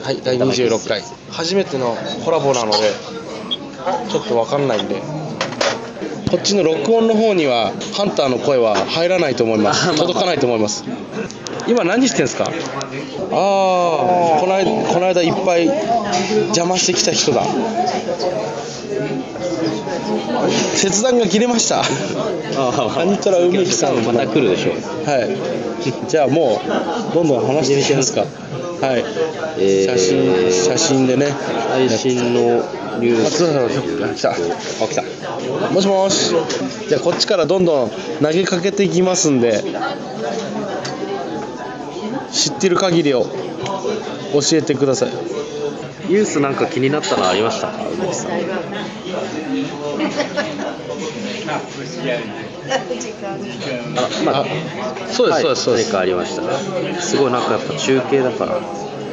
はい、第26回初めてのコラボなのでちょっと分かんないんで、こっちの録音の方にはハンターの声は入らないと思います。届かないと思います。今何してんすか？この間いっぱい邪魔してきた人だ。切断が切れました。ハニトラ梅木さんまた来るでしょう。 はい。じゃあもうどんどん話していきますか。はい。写真でね。 最新のニュース。 来た。もしもし。じゃあこっちからどんどん投げかけていきますんで、知ってる限りを教えてください。 ニュースなんか気になったのありましたか、梅木さん。 そうです。 何かありましたか。すごいなんかやっぱ中継だから。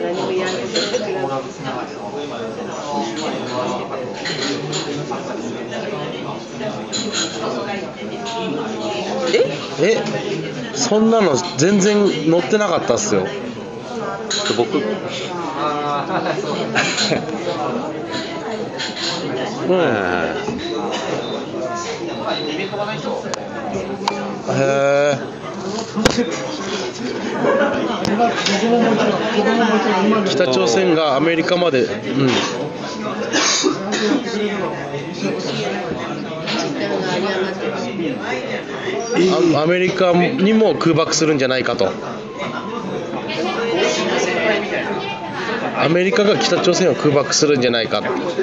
そんなの全然載ってなかったっすよ。 僕北朝鮮がアメリカまで、アメリカにも空爆するんじゃないかと。アメリカが北朝鮮を空爆するんじゃないか。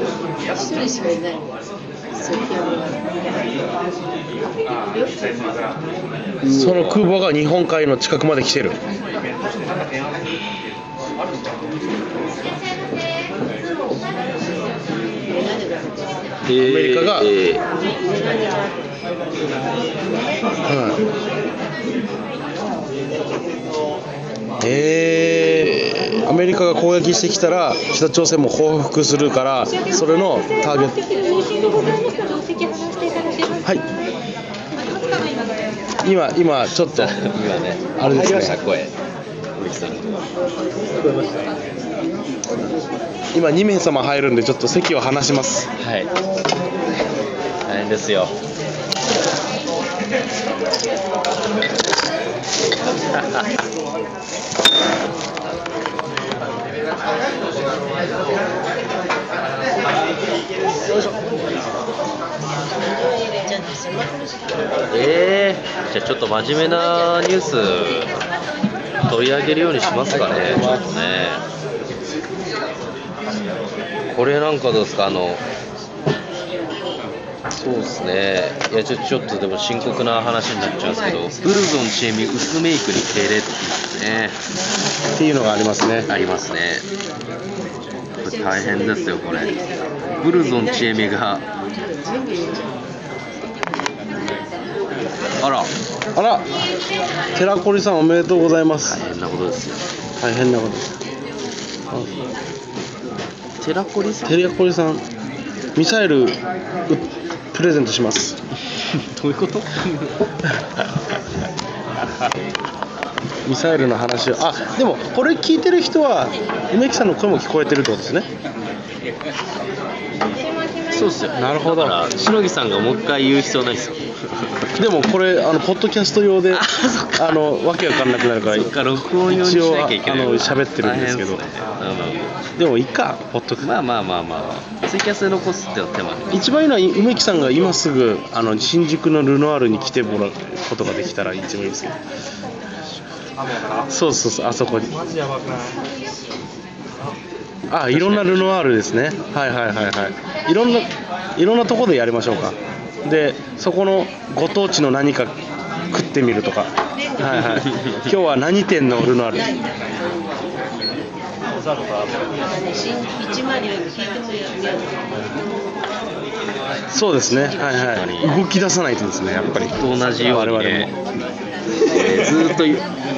その空母が日本海の近くまで来てる。アメリカが、アメリカが攻撃してきたら北朝鮮も報復するから、それのターゲット。はい。今ちょっとあれですね。今2名様入るんでちょっと席を離します。 はい。大変ですよ。じゃあちょっと真面目なニュース取り上げるようにしますかね。ちょっとね。これなんかどうですか。そうですね。いやちょっとでも深刻な話になっちゃうんですけど、ブルゾンちえみ薄メイクに敬礼っていうのがありますね。 ありますね。これ大変ですよこれ。ブルゾンちえみがあら寺コリさんおめでとうございます。 大変なことですよ。 大変なことです。 寺コリさんミサイルプレゼントします。 どういうことミサイルの話を。でもこれ聞いてる人は梅木さんの声も聞こえてるってことですね。 そうっすよ。 なるほど。 だから篠木さんがもう一回言う必要ないですよ。 でもこれポッドキャスト用でわけわかんなくなるから録音用にしなきゃいけない。 喋ってるんですけど、でもいいか、ポッドキャスト。 まあツイキャスで残すって手間。 一番いいのは梅木さんが今すぐ新宿のルノアールに来てもらうことができたら一番いいですけど。そうあそこに。いろんなルノアールですね。はい。いろんなとこでやりましょうか。でそこのご当地の何か食ってみるとか。今日は何店のルノアール。そうですね。動き出さないとですね、やっぱり。 と同じようにね。ずっと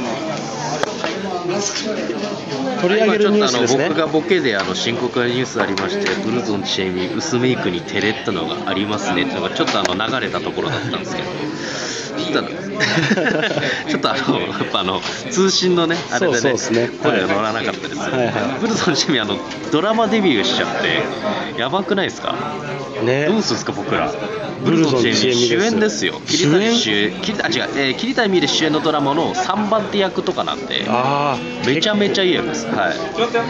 取り上げるニュースですね。僕がボケで深刻なニュースありまして、ブルゾンちえみ薄メイクに照れったのがありますねっていうのがちょっと流れたところだったんですけど、 ちょっとやっぱ通信のねあれでね、 そうですね、 声が乗らなかったですよ、 はいはい、 ブルゾンちなみにドラマデビューしちゃってやばくないですかね。 どうするんですか僕ら。 ブルゾンちえみです主演ですよ。桐谷美玲主演のドラマの3番手役とかなんで、めちゃめちゃいい役です。はい。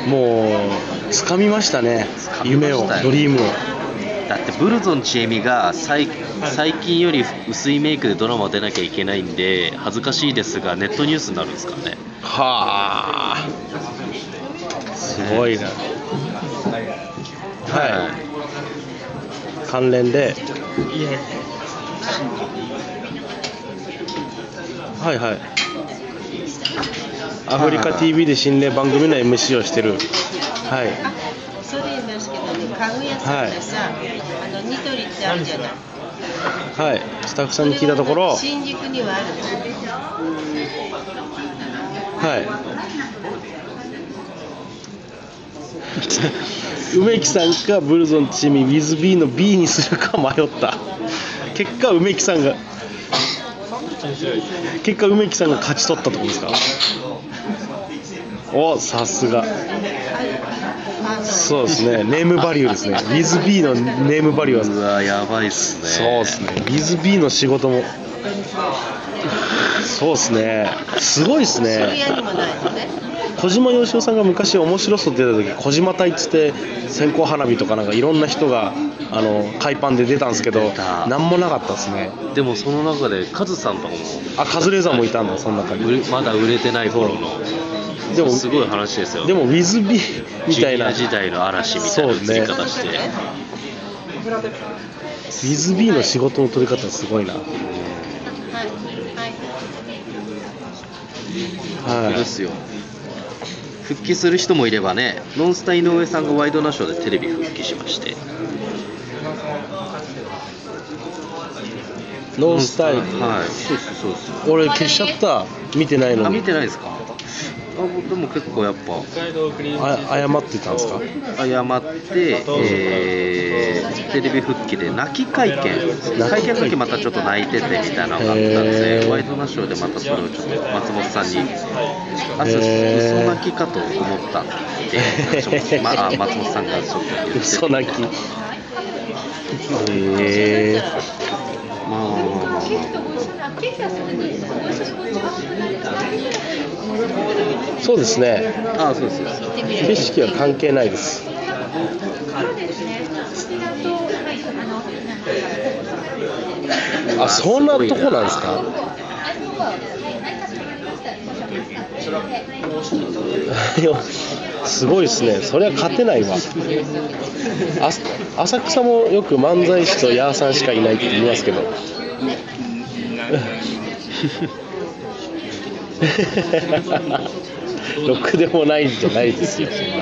もう掴みましたね、夢を、ドリームを。 だってブルゾンちえみが最近より薄いメイクでドラマ出なきゃいけないんで恥ずかしいですがネットニュースになるんですからね。 はあ、すごいな。はい、関連ではいはい、アフリカ TV で心霊番組の MC をしてる。はい、 それ言いますけどね、家具屋さんでさ、ニトリってあるじゃない。 はい、スタッフさんに聞いたところ、 新宿にはある。 はい梅木さんかブルゾンちえみ WithB の B にするか迷った。結果梅木さんが勝ち取ったところですか。お、さすが。そうですね、ネームバリューですね。WithB のネームバリューは、 うわやばいっすね。 そうですね、WithB の仕事もそうですね、すごいですね。小島よしおさんが昔面白そうって出た時、小島隊っつって線香花火とかなんかいろんな人が海パンで出たんですけど、なんもなかったですね。 でもその中でカズさんとかも、 カズレーザーもいたんだ、その中に。 まだ売れてない頃の。でもすごい話ですよ。 でも WithB みたいなジュニア時代の嵐みたいな映り方して、 WithB の仕事の取り方すごいな。 はい、ですよ。復帰する人もいればね、ノンスタ井上さんがワイドナショーでテレビ復帰しまして、 ノンスタイル、 はい、そうそうそう。 俺消しちゃった、見てないのに。 見てないですか。でも結構やっぱ謝ってたんですか。 謝って、テレビ復帰で泣き会見の時またちょっと泣いててみたいなのがあったんで、ワイドナショーでまたそれをちょっと松本さんに嘘泣きかと思ったって松本さんがちょっと言ってて、 嘘泣き。そうですね。そうです。景色は関係ないです。そんなとこなんですか。すごいですね。それは勝てないわ。浅草もよく漫才師とヤーさんしかいないって言いますけど。ろくでもないんじゃないですよ、そんな。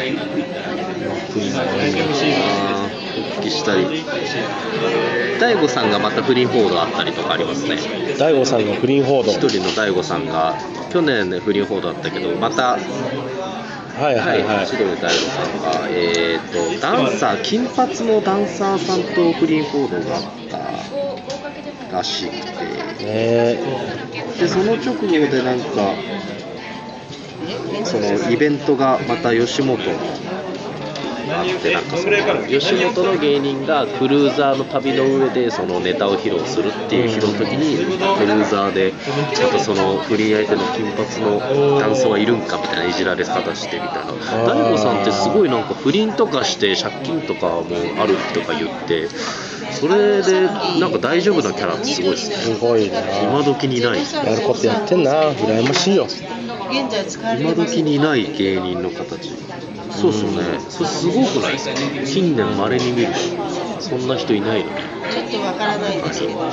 復帰したり、大悟さんがまた不倫報道あったりとかありますね。 大悟さんが不倫報道、 一人の大悟さんが去年ね不倫報道あったけど、また一人の大悟さんがダンサー、金髪のダンサーさんと不倫報道があったらしくて、でその直後でなんかそのイベントがまた吉本のあって、なんかその吉本の芸人がクルーザーの旅の上でそのネタを披露するっていう披露の時に、クルーザーでまたその不倫相手の金髪の男性はいるんかみたいないじられ方してみたいな。大悟さんってすごいなんか不倫とかして借金とかもあるとか言って、それでなんか大丈夫なキャラってすごいですね。 すごいな。 今時にない。 やることやってんな。羨ましいよ。 今時にない芸人の形。そうっすよね。それすごくないですか。近年稀に見るし、そんな人いないのに。 ちょっとわからないんですけど。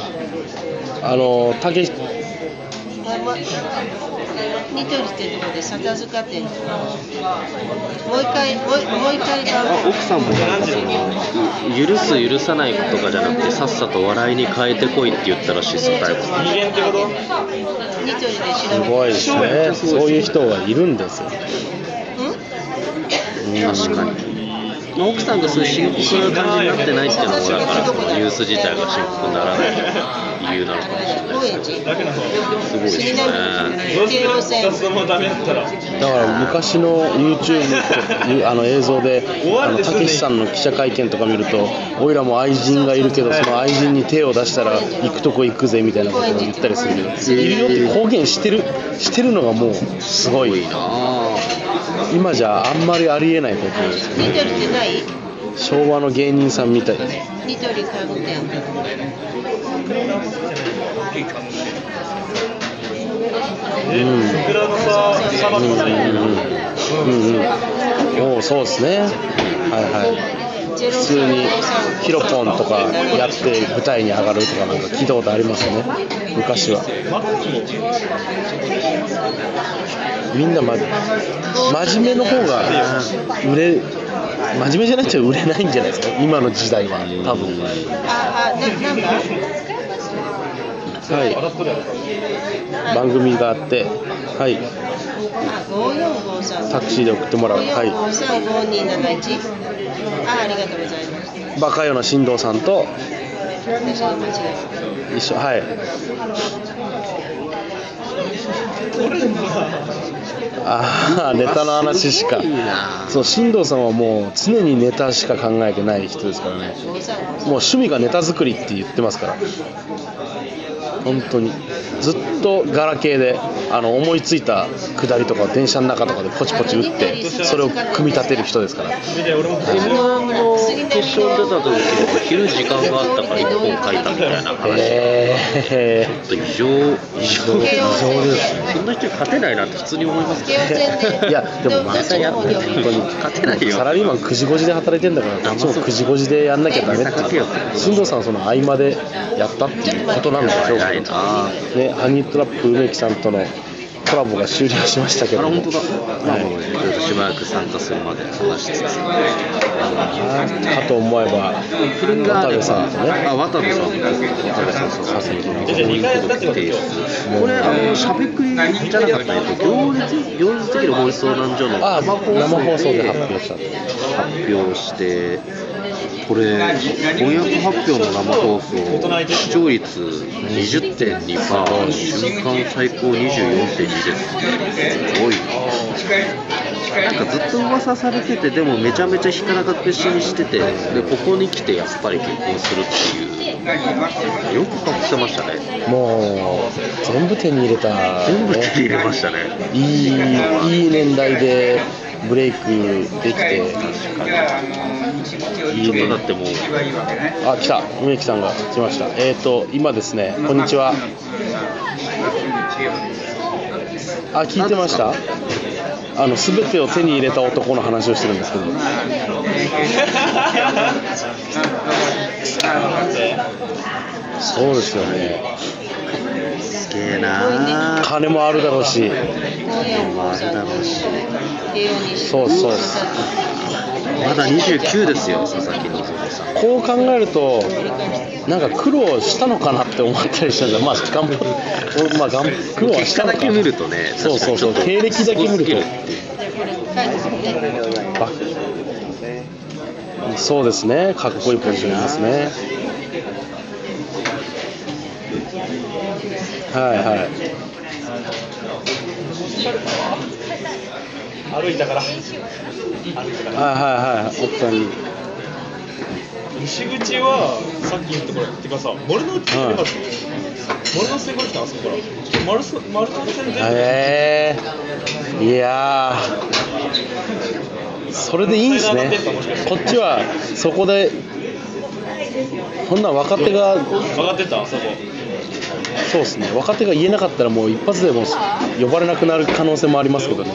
ニトリってとこで笹塚店。もう一回奥さんもなんかその許す許さないとかじゃなくて、さっさと笑いに変えてこいって言ったらしいですよ、大悟さん。 ニトリで調べて。 すごいですね。そういう人がいるんですよ。 確かに。 まあ、奥さんがそういう深刻な感じになってないっていうのもだからそのニュース自体が深刻にならない理由なのかもしれないですけど、すごいですね。 だから昔の YouTube と映像でたけしさんの記者会見とか見ると、おいらも愛人がいるけどその愛人に手を出したら行くとこ行くぜみたいなことを言ったりするけど、いるよって公言してるのがもうすごいな。今じゃあんまりありえないことですよね。 ニトリってない？ 昭和の芸人さんみたい。 ニトリ家具店。 おお、そうですね。はいはい。普通にヒロポンとかやって舞台に上がるとかなんか聞いたことありますよね、昔は。みんな真面目の方が真面目じゃないっちゃ売れないんじゃないですか、今の時代は多分。はい、番組があって、はい、タクシーで送ってもらう。はい、 ありがとうございます。 バカよな進藤さんと一緒。はい。ああ、ネタの話しか。そう、進藤さんはもう常にネタしか考えてない人ですからね。もう趣味がネタ作りって言ってますから。本当にずっとガラケーで思いついた下りとか電車の中とかでポチポチ打ってそれを組み立てる人ですから。 M1 の決勝に出た時も昼時間があったから1本書いたみたいな話、ちょっと異常です。そんな人に勝てないなって普通に思いますけどね。 いやでも毎回やって本当に勝てないよ。 サラリーマン9時5時で働いてんだからこっちも9時5時でやんなきゃダメって。進藤さんその合間でやったっていうことなんでしょうかね。ハニートラップ梅木さんとのコラボが終了しましたけども、 本当だ、はい、しばらく参加するまで話しつつ、かと思えば渡部さんとね、 渡部さんと佐々木のこれしゃべくりじゃなかった行列的な放送なんじゃの生放送で発表してこれ翻訳発表の生放送視聴率 20.2%、 瞬間最高 24.2 です。すごいな。なんかずっと噂されてて、でもめちゃめちゃひから隠しにしてて、でここに来てやっぱり結婚するっていう、よく隠せましたね。 もう全部手に入れた、ね、 全部手に入れましたね。 いい年代でブレイクできて、確かにいいね。だってもう来た、梅木さんが来ました。今ですね、こんにちは。聞いてました？全てを手に入れた男の話をしてるんですけど。そうですよね。 すげえな。 金もあるだろうし。そうそう。 まだ29ですよ、佐々木希さん。 こう考えるとなんか苦労したのかなって思ったりしたんですが、苦労はしたのかな。 結果だけ見るとね、 そう経歴だけ見るとそうですね、かっこいいポジションですね。はいはい。 歩いたから。 はい、本当に。 西口はさっき言ったこれってかさ、丸の内線が丸の内線から来たあそこから丸の内線全部。 いやそれでいいんですね。こっちはそこでこんな若手が分かってた、そこ。 そうですね、若手が言えなかったらもう一発でも呼ばれなくなる可能性もありますけどね。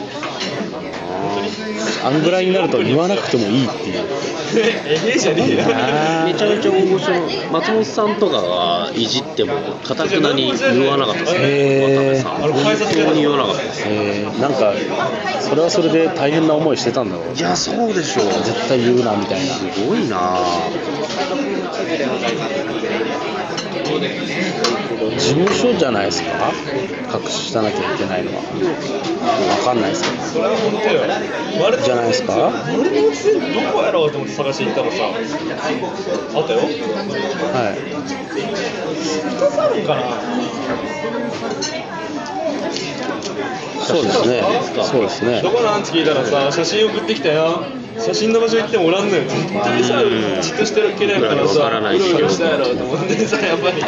あんぐらいになると言わなくてもいいっていう。 じゃねえめちゃめちゃ大御所の松本さんとかがいじってもかたくなに言わなかったですね。本当に言わなかったです。 なんかそれはそれで大変な思いしてたんだろう。 いやそうでしょう。 絶対言うなみたいな。 すごいな。 事務所じゃないですか、隠したなきゃいけないのは。分かんないですけど、 それは本当よ。 じゃないですか。 丸の内線どこやろうと思って探していったらさ、あったよ。 はい。 2つあるんかな。 そうですね。そうですね。 どこなんって聞いたらさ、写真送ってきたよ。写真の場所行ってもおらんのよ。絶対さ、じっとしてるわけないからさ、うろうろしたやろうと思ってさ、やっぱり。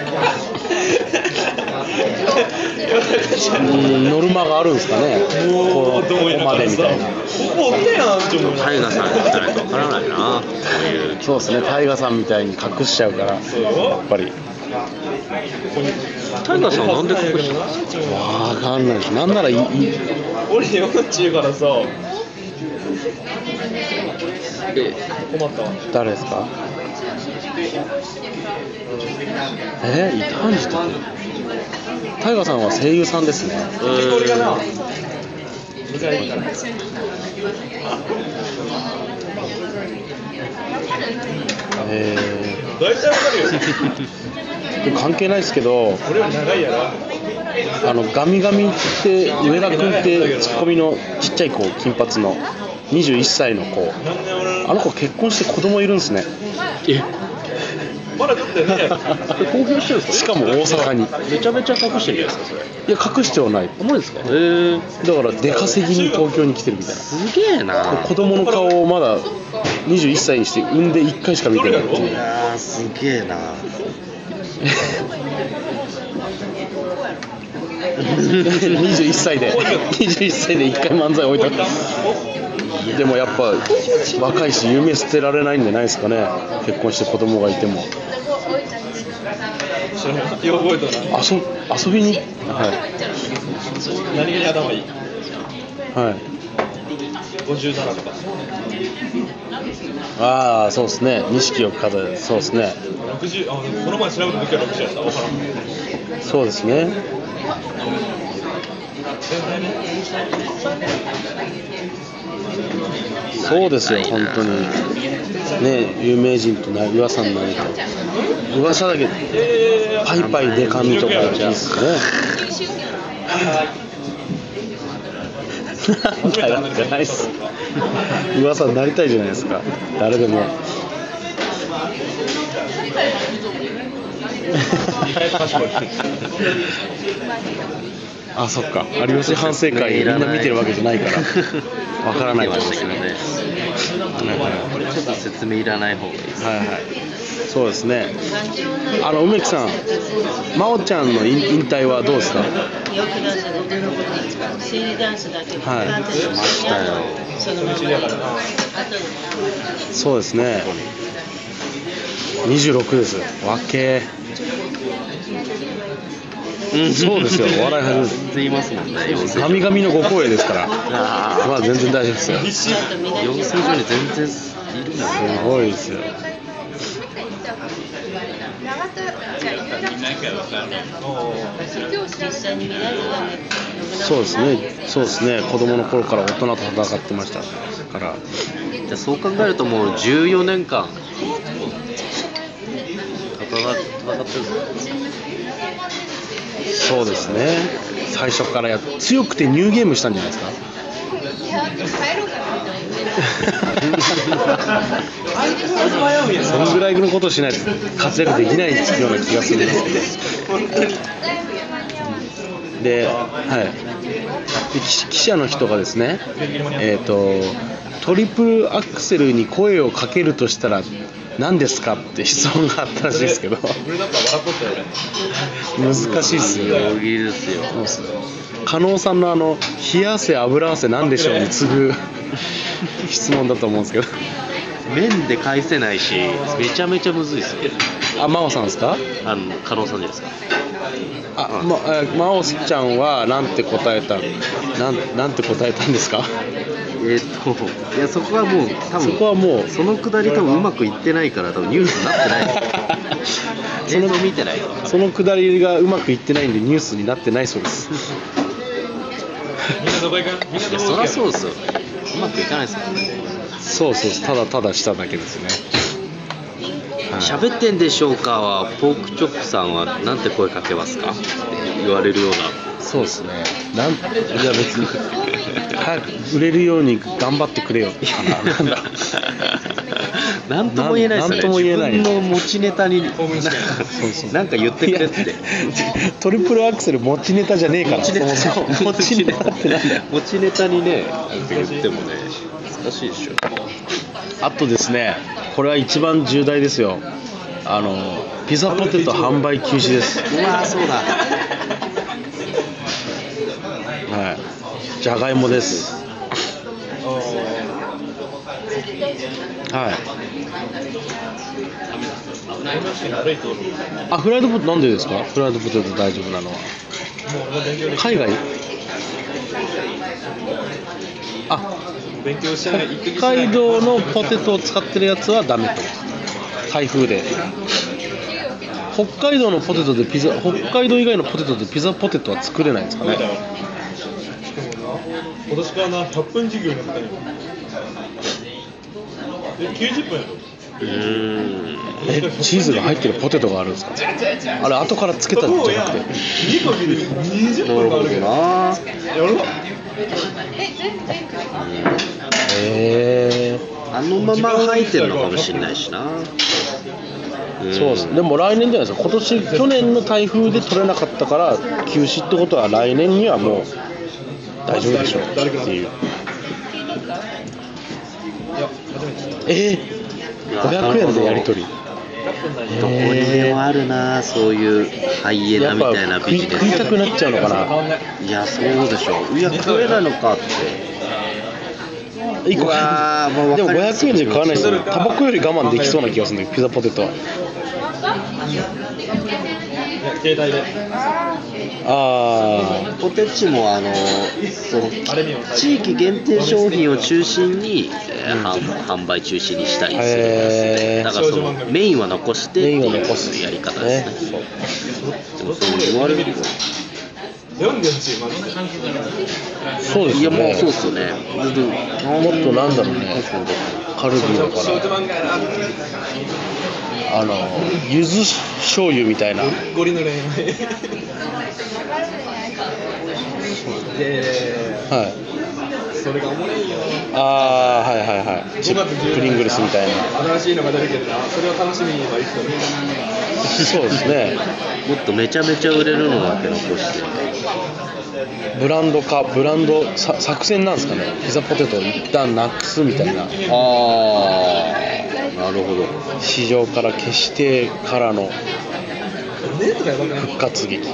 ノルマがあるんですかね。 もうどうやここまでみたいな。 ここおったやんって思う。 タイガさんに聞かないとわからないな、そういう。 そうですね。タイガさんみたいに隠しちゃうから、やっぱり。 タイガさんはなんで隠したの？ わかんないです。なんなら俺40からさ。困ったわ。 誰ですか？異端児ってタイガさんは声優さんですね。 これがな。大体わかるよ。 関係ないですけど、 俺は長いやろ。 ガミガミって上田君ってツッコミのちっちゃい子、金髪の21歳の子、あの子結婚して子供いるんですね。 まだちょっとね、 公表してるんですか？ しかも大阪に。 めちゃめちゃ隠してるじゃないですか、それ。 いや、隠してはない。 マジですか？ だから出稼ぎに東京に来てるみたいな。 すげえな。 子供の顔をまだ21歳にして産んで1回しか見てないっていう。 いやー、すげえな。 21歳で1回漫才置いた。でもやっぱ若いし夢捨てられないんじゃないですかね。結婚して子供がいても。 覚えたな。 遊びに、 何気に頭いい。 はい。 57とか。 ああ、そうですね。錦を飾る。そうですね。 60、この前調べた時は60やった。分からん。 そうですね。そうですよ、本当にね、有名人と岩さんになると噂だけパイパイデカミとかいいですね。なんだよじゃないっす。噂になりたいじゃないですか、誰でも。あ、そっか。有吉反省会みんな見てるわけじゃないからわからないですね。 ちょっと説明いらない方がいいです。 はいはい。そうですね。梅木さん、真央ちゃんの引退はどうですか？ よく出せない。シーリダンスだけはい。 しましたよ。 そのままそうですね。26です。わけ。そうですよ。笑い始める。 言いますもんね。 神々のご光栄ですから。まあ全然大丈夫ですよ。 養成所に全然いるんだ。 すごいですよ。そうですね。そうですね。子供の頃から大人と戦ってましたから。 じゃあそう考えるともう14年間戦ってるんですか？ そうですね。最初から強くてニューゲームしたんじゃないですか。そのぐらいのことをしないと活躍できないような気がするんですけど。で、記者の人がですね、トリプルアクセルに声をかけるとしたら何ですかって質問があったらしいですけど、難しいですよね。 大喜利ですよ。 加納さんの冷や汗油汗なんでしょうに次ぐ質問だと思うんですけど、 面で返せないしめちゃめちゃむずいですよ。 真央さんですか？ 加納さんじゃないですか。 真央ちゃんはなんて答えたんですか？ いやそこはもう多分そのくだり多分うまくいってないから多分ニュースになってないです映像見てない。 そのくだりがうまくいってないんでニュースになってないそうです。 みんなどこ行く？みんなどこ行く？ そりゃそうですよ。うまくいかないですもんね。 そうただただしただけですね。は喋ってんでしょうかはポークチョップさんはなんて声かけますかって言われるような。 そうですね。いや別に早く売れるように頑張ってくれよかな。 なんとも言えないですよね。 なんとも言えない。 自分の持ちネタになんか言ってくれって。 トリプルアクセル持ちネタじゃねえから。 持ちネタ持ちネタってなんだよ。 持ちネタにね言ってもね難しいでしょ。 あとですね、これは一番重大ですよ。ピザポテト販売休止です。 うわそうだ。 はい。じゃがいもです。はい。あ、フライドポテトなんでですか？フライドポテト大丈夫なのは。海外？あ、北海道のポテトを使ってるやつはダメってことです。台風で。北海道のポテトで北海道以外のポテトでピザポテトは作れないんですかね。 今年からな100分授業になったよ。90分やろ。 チーズが入ってるポテトがあるんですか？あれ後からつけたんじゃなくて。 20分かあるけどな。やろう。 あのまま入ってるのかもしれないしな。 そうです。でも来年じゃないですか。去年の台風で取れなかったから休止ってことは来年にはもう大丈夫でしょうっていう。500円でやり取り。 どこにでもあるな、そういうハイエナみたいなビジネス。 食いたくなっちゃうのかな。 いやそうでしょ。いや食えないのかって。 1個でも500円じゃ買わないですよ。タバコより我慢できそうな気がするんだけど、ピザポテトは。 携帯で。 ポテチもその地域限定商品を中心に、販売中止にしたりするんですね。だからそのメインは残してっていうやり方ですね。でもそう言われるとそうですよね。いやもうそうですよね。もっとなんだろうね。カルビーだから柚子醤油みたいな。 ゴリの恋愛。 はい。 それがおもろいよ。 はいはいはい。プリングルスみたいな。 新しいのが出るけどな。それを楽しみに今生きてる。 そうですね。 もっとめちゃめちゃ売れるのだけ残して。 ブランド作戦なんですかね。ピザポテトを一旦なくすみたいな。 なるほど。 市場から消してからの復活劇。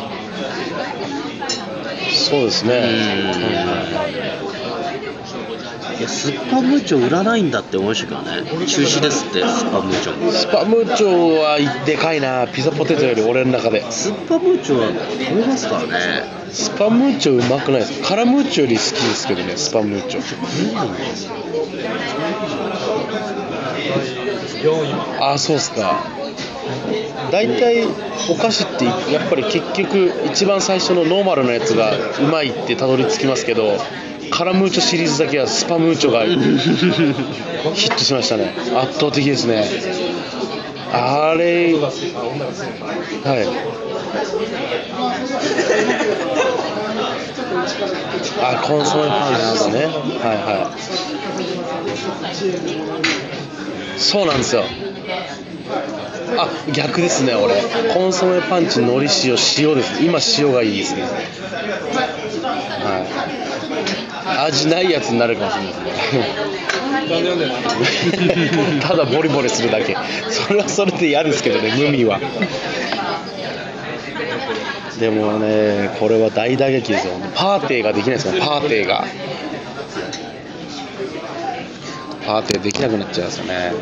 そうですね。 いやスッパムーチョ売らないんだって思いましたけどね。中止ですってスパムーチョも。 スパムーチョはでかいな。ピザポテトより俺の中で。 スッパムーチョは食べますからね。 スパムーチョうまくないですか？カラムーチョより好きですけどね。スパムーチョ。そうっすか。大体お菓子ってやっぱり結局一番最初のノーマルなやつがうまいってたどり着きますけど、カラムーチョシリーズだけはスパムーチョがヒットしましたね。圧倒的ですね。あれコンソメパンチですね。そうなんですよ。逆ですね。俺コンソメパンチ、海苔塩です。今塩がいいですね。味ないやつになるかもしれないですね。ただボリボリするだけ。それはそれで嫌ですけどね、無味は。でもね、これは大打撃ですよ。パーティーができないですか？パーティーできなくなっちゃいますよね。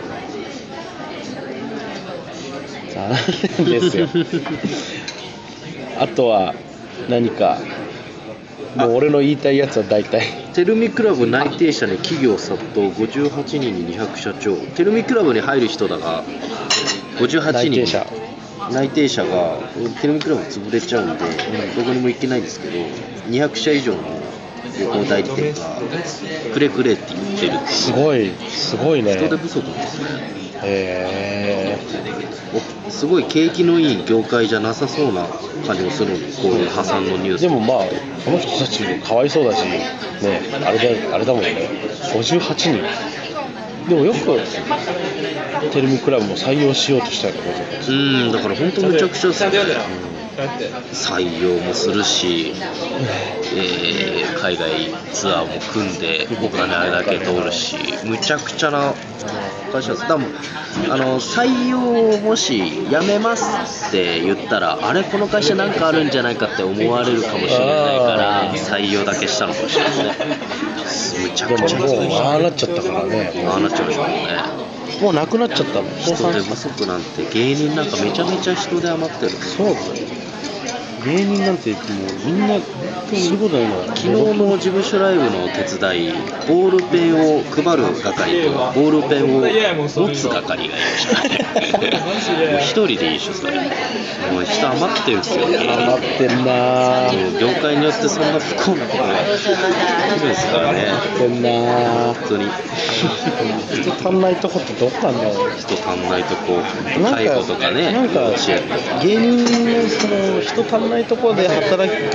残念ですよ。あとは何かもう俺の言いたいやつは大体テルミクラブ内定者に企業殺到、58人に200社長。テルミクラブに入る人だが58人内定者がテルミクラブ潰れちゃうんで、どこにも行けないんですけど、200社以上の旅行代理店がくれくれって言ってるっていう。 すごいね。 人手不足ですね。 すごい景気のいい業界じゃなさそうな感じもするの、こういう破産のニュース。 でもまあこの人たちかわいそうだしね、あれだもんね、58人。でもよくテレビクラブも採用しようとしたよね。 だから本当むちゃくちゃですね。採用もするし、海外ツアーも組んでお金あれだけ通るし、むちゃくちゃな会社です。多分採用もし辞めますって言ったら、あれこの会社なんかあるんじゃないかって思われるかもしれないから採用だけしたのかもしれないですね。むちゃくちゃもうああなっちゃったからね。 ああなっちゃいましたもんね。 もうなくなっちゃったの。 人手不足なんて、芸人なんかめちゃめちゃ人手余ってる。 そうだよ。芸人なんてもうみんなすごいことないの。 昨日の事務所ライブの手伝い、ボールペンを配る係とボールペンを持つ係がいましたね。もう一人でいいでしょそれ。もう人余ってるんですよ。 余ってんな。 業界によってそんな不幸なことが起きるんですからね。 余ってんな。 本当に人足んないとこってどこなんだろう。 人足んないとこ、介護とかね、 なんか芸人のその人足んないところで働く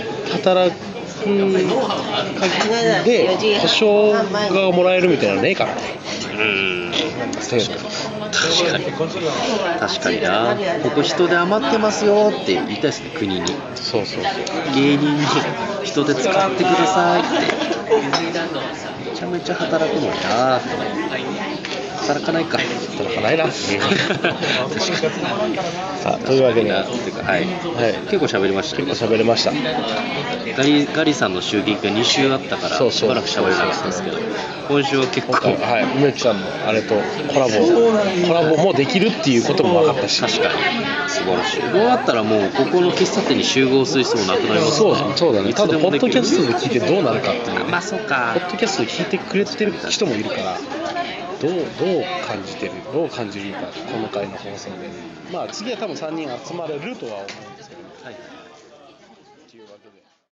で保証がもらえるみたいなのねえから。 確かにな。ここ人手余ってますよって言いたいですね、国に。 そう芸人に人手使ってくださいって。めちゃめちゃ働くのにな。働かないか。 働かないな。さあというわけで、 結構喋りましたね。 結構喋れました。 ガリさんの襲撃が2週あったからしばらく喋れなかったですけど、今週は結構梅木さんのあれとコラボもできるっていうことも分かったし、 確かに素晴らしい。どうなったらもうここの喫茶店に集合する必要なくなりますね。 そうだね。ただポッドキャストで聞いてどうなるかっていう。 まあそうか。 ポッドキャストで聞いてくれてる人もいるから、どう感じるかこの回の放送で。まあ次は多分3人集まれるとは思うんですけど。